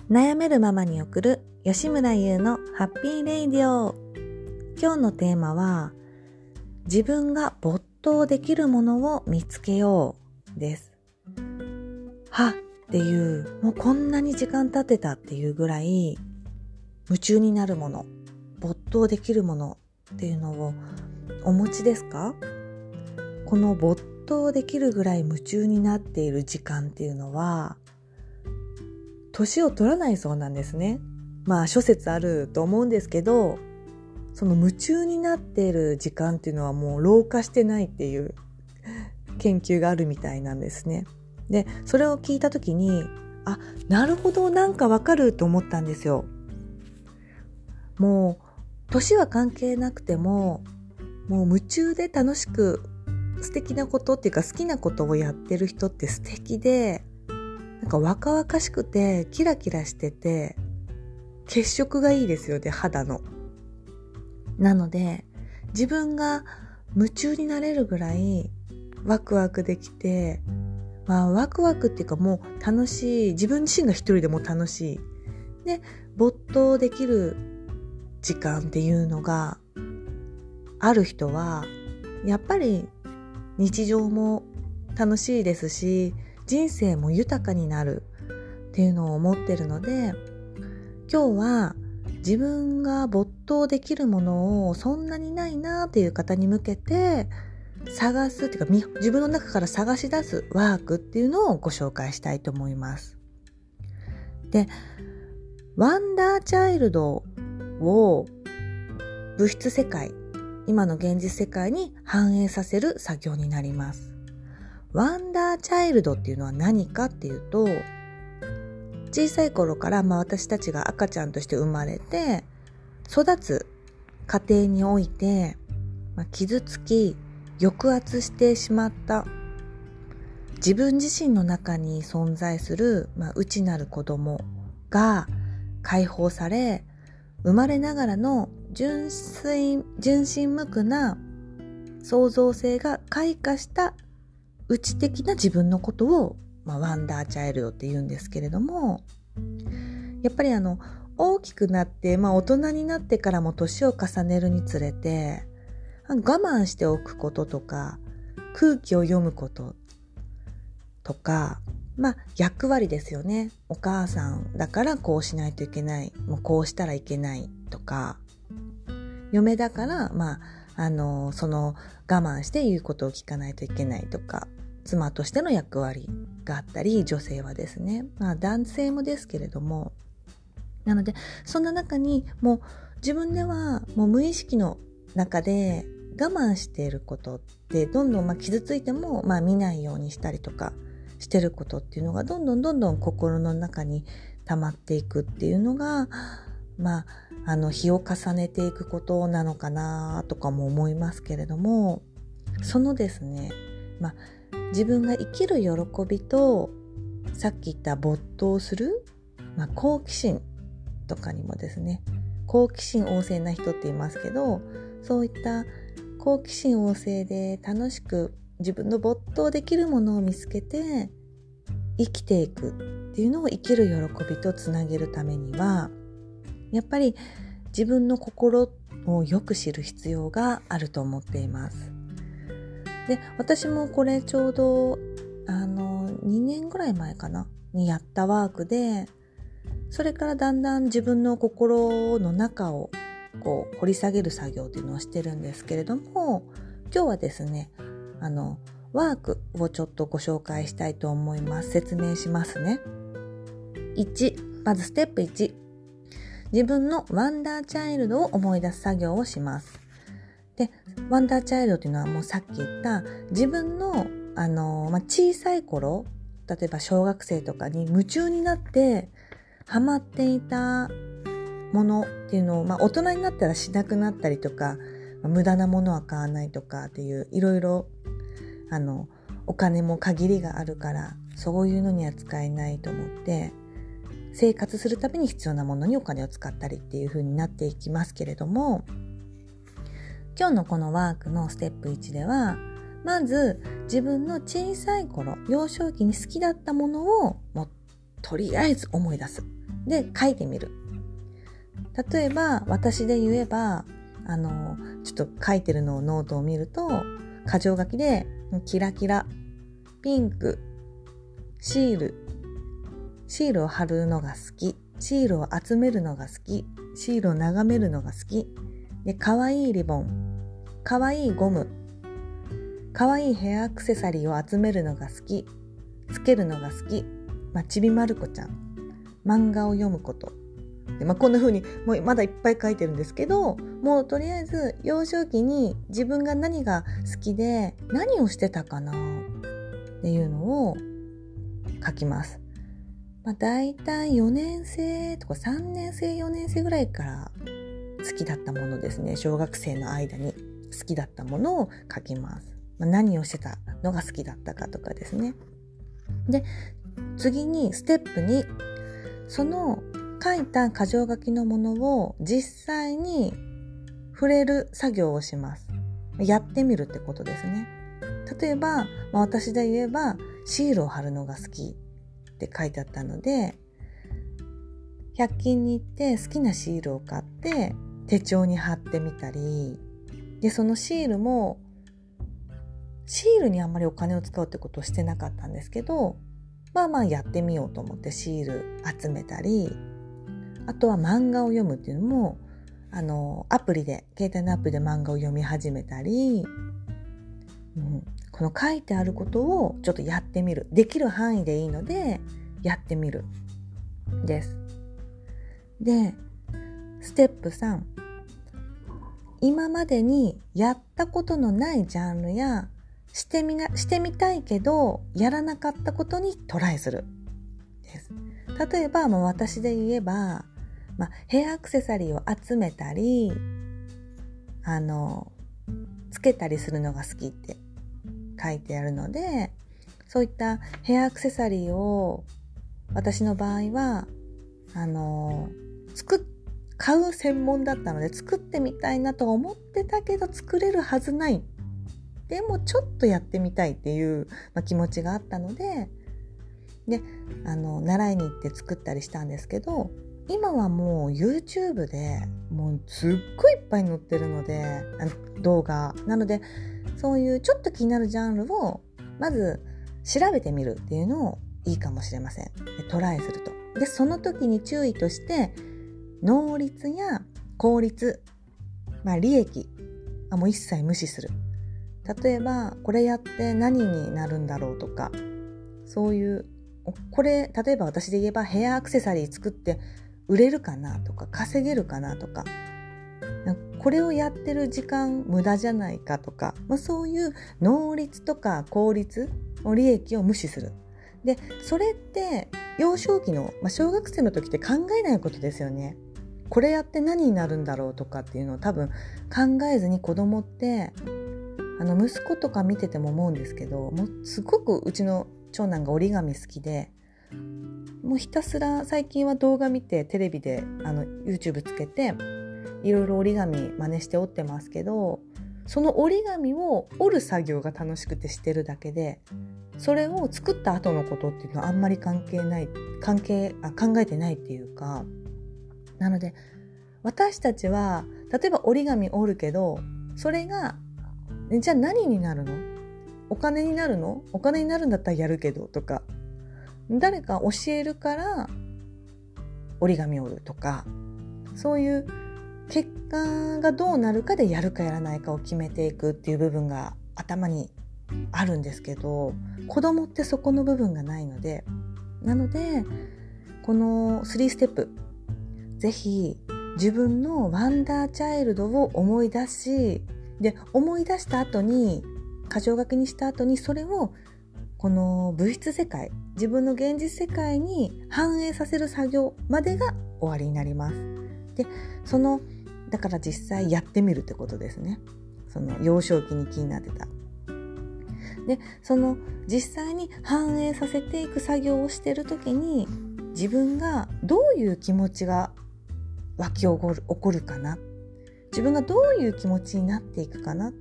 悩めるママに送る吉村優のハッピーレイディオ。今日のテーマは、自分が没頭できるものを見つけようです。はっていう、もうこんなに時間経ってたっていうぐらい夢中になるもの、没頭できるものっていうのをお持ちですか？この没頭できるぐらい夢中になっている時間っていうのは年を取らないそうなんですね。諸説あると思うんですけど、その夢中になっている時間っていうのはもう老化してないっていう研究があるみたいなんですね。で、それを聞いたときに、なるほど、なんかわかると思ったんですよ。もう年は関係なくても、もう夢中で楽しく素敵なことっていうか好きなことをやってる人って素敵で、なんか若々しくてキラキラしてて血色がいいですよね、肌の。なので自分が夢中になれるぐらいワクワクできて、ワクワクっていうかもう楽しい、自分自身が一人でも楽しいで没頭できる時間っていうのがある人はやっぱり日常も楽しいですし、人生も豊かになるっていうのを思ってるので、今日は自分が没頭できるものをそんなにないなっていう方に向けて探すっていうか、自分の中から探し出すワークっていうのをご紹介したいと思います。で、ワンダーチャイルドを物質世界、今の現実世界に反映させる作業になります。ワンダーチャイルドっていうのは何かっていうと、小さい頃から私たちが赤ちゃんとして生まれて育つ過程において、傷つき抑圧してしまった自分自身の中に存在する、内なる子供が解放され、生まれながらの純真無垢な創造性が開花した内的な自分のことを、ワンダーチャイルドって言うんですけれども、やっぱり大きくなって、大人になってからも年を重ねるにつれて、我慢しておくこととか、空気を読むこととか、役割ですよね。お母さんだからこうしないといけない、もうこうしたらいけないとか、嫁だからその我慢して言うことを聞かないといけないとか、妻としての役割があったり、女性はですね、男性もですけれども、なのでそんな中にもう自分ではもう無意識の中で我慢していることってどんどん傷ついても見ないようにしたりとかしてることっていうのがどんどん心の中に溜まっていくっていうのが日を重ねていくことなのかなとかも思いますけれども、そのですね、自分が生きる喜びとさっき言った没頭する、好奇心とかにもですね、好奇心旺盛な人って言いますけど、そういった好奇心旺盛で楽しく自分の没頭できるものを見つけて生きていくっていうのを生きる喜びとつなげるためには、やっぱり自分の心をよく知る必要があると思っています。で、私もこれちょうど2年ぐらい前かなにやったワークで、それからだんだん自分の心の中を掘り下げる作業っていうのをしてるんですけれども、今日はですねワークをちょっとご紹介したいと思います。説明しますね。まずステップ1、自分のワンダーチャイルドを思い出す作業をします。で、ワンダーチャイルドっていうのはもうさっき言った自分の小さい頃、例えば小学生とかに夢中になってハマっていたものっていうのを、大人になったらしなくなったりとか、無駄なものは買わないとかっていういろいろお金も限りがあるからそういうのには使えないと思って生活するために必要なものにお金を使ったりっていう風になっていきますけれども、今日のこのワークのステップ1では、まず自分の小さい頃、幼少期に好きだったものをもうとりあえず思い出す。 で書いてみる。例えば私で言えばちょっと書いてるのをノートを見ると、箇条書きでキラキラ、ピンク、シールを貼るのが好き、シールを集めるのが好き、シールを眺めるのが好きで、可愛いリボン、可愛いゴム、可愛いヘアアクセサリーを集めるのが好き、つけるのが好き、ちびまる子ちゃん、漫画を読むことで、こんな風にもうまだいっぱい書いてるんですけど、もうとりあえず幼少期に自分が何が好きで何をしてたかなっていうのを書きます。だいたい4年生とか3年生4年生ぐらいから好きだったものですね。小学生の間に好きだったものを書きます。何をしてたのが好きだったかとかですね。で、次にステップ2、その書いた箇条書きのものを実際に触れる作業をします。やってみるってことですね。例えば、私で言えばシールを貼るのが好きって書いてあったので、100均に行って好きなシールを買って手帳に貼ってみたり、でそのシールもシールにあんまりお金を使うってことをしてなかったんですけど、やってみようと思ってシール集めたり、あとは漫画を読むっていうのもアプリで、携帯のアプリで漫画を読み始めたり、この書いてあることをちょっとやってみる。できる範囲でいいのでやってみるです。で、ステップ3、今までにやったことのないジャンルやしてみたいけどやらなかったことにトライするです。例えば私で言えば、ヘアアクセサリーを集めたりつけたりするのが好きって書いてあるので、そういったヘアアクセサリーを私の場合は買う専門だったので作ってみたいなと思ってたけど作れるはずない、でもちょっとやってみたいっていう、気持ちがあったので、習いに行って作ったりしたんですけど、今はもう YouTube でもうすっごいいっぱい載ってるので、動画なので、そういうちょっと気になるジャンルをまず調べてみるっていうのもいいかもしれません。トライすると。で、その時に注意として能率や効率、利益もう一切無視する。例えばこれやって何になるんだろうとか、そういう例えば私で言えばヘアアクセサリー作って売れるかなとか稼げるかなとか、これをやってる時間無駄じゃないかとか、そういう能率とか効率の利益を無視する。で、それって幼少期の、小学生の時って考えないことですよね。これやって何になるんだろうとかっていうのを多分考えずに子供って息子とか見てても思うんですけど、もうすごくうちの長男が折り紙好きで、もうひたすら最近は動画見てテレビでYouTube つけていろいろ折り紙真似して折ってますけど、その折り紙を折る作業が楽しくてしてるだけで、それを作った後のことっていうのはあんまり考えてないっていうか、なので私たちは例えば折り紙折るけど、それがじゃあ何になるの？お金になるの？お金になるんだったらやるけどとか、誰か教えるから折り紙折るとか、そういう結果がどうなるかでやるかやらないかを決めていくっていう部分が頭にあるんですけど、子供ってそこの部分がないので、なのでこの3ステップ、ぜひ自分のワンダーチャイルドを思い出し、で思い出した後に箇条書きにした後にそれをこの物質世界、自分の現実世界に反映させる作業までが終わりになります。で、だから実際やってみるってことですね。その幼少期に気になってた。で、実際に反映させていく作業をしているときに、自分がどういう気持ちが湧き起こるかな、自分がどういう気持ちになっていくかな、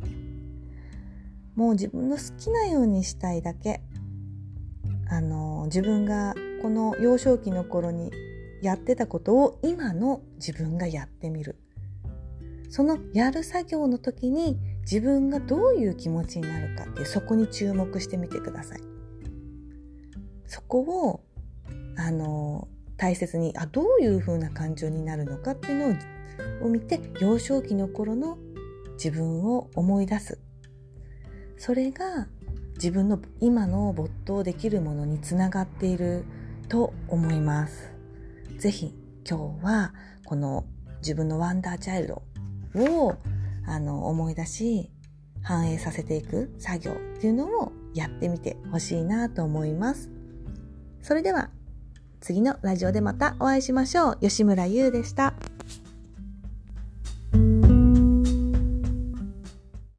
もう自分の好きなようにしたいだけ、自分がこの幼少期の頃にやってたことを今の自分がやってみる。そのやる作業の時に自分がどういう気持ちになるかっていう、そこに注目してみてください。そこを大切にどういう風な感情になるのかっていうのを見て、幼少期の頃の自分を思い出す。それが自分の今の没頭できるものにつながっていると思います。ぜひ今日はこの自分のワンダーチャイルドを思い出し反映させていく作業っていうのをやってみてほしいなと思います。それでは次のラジオでまたお会いしましょう。吉村優でした。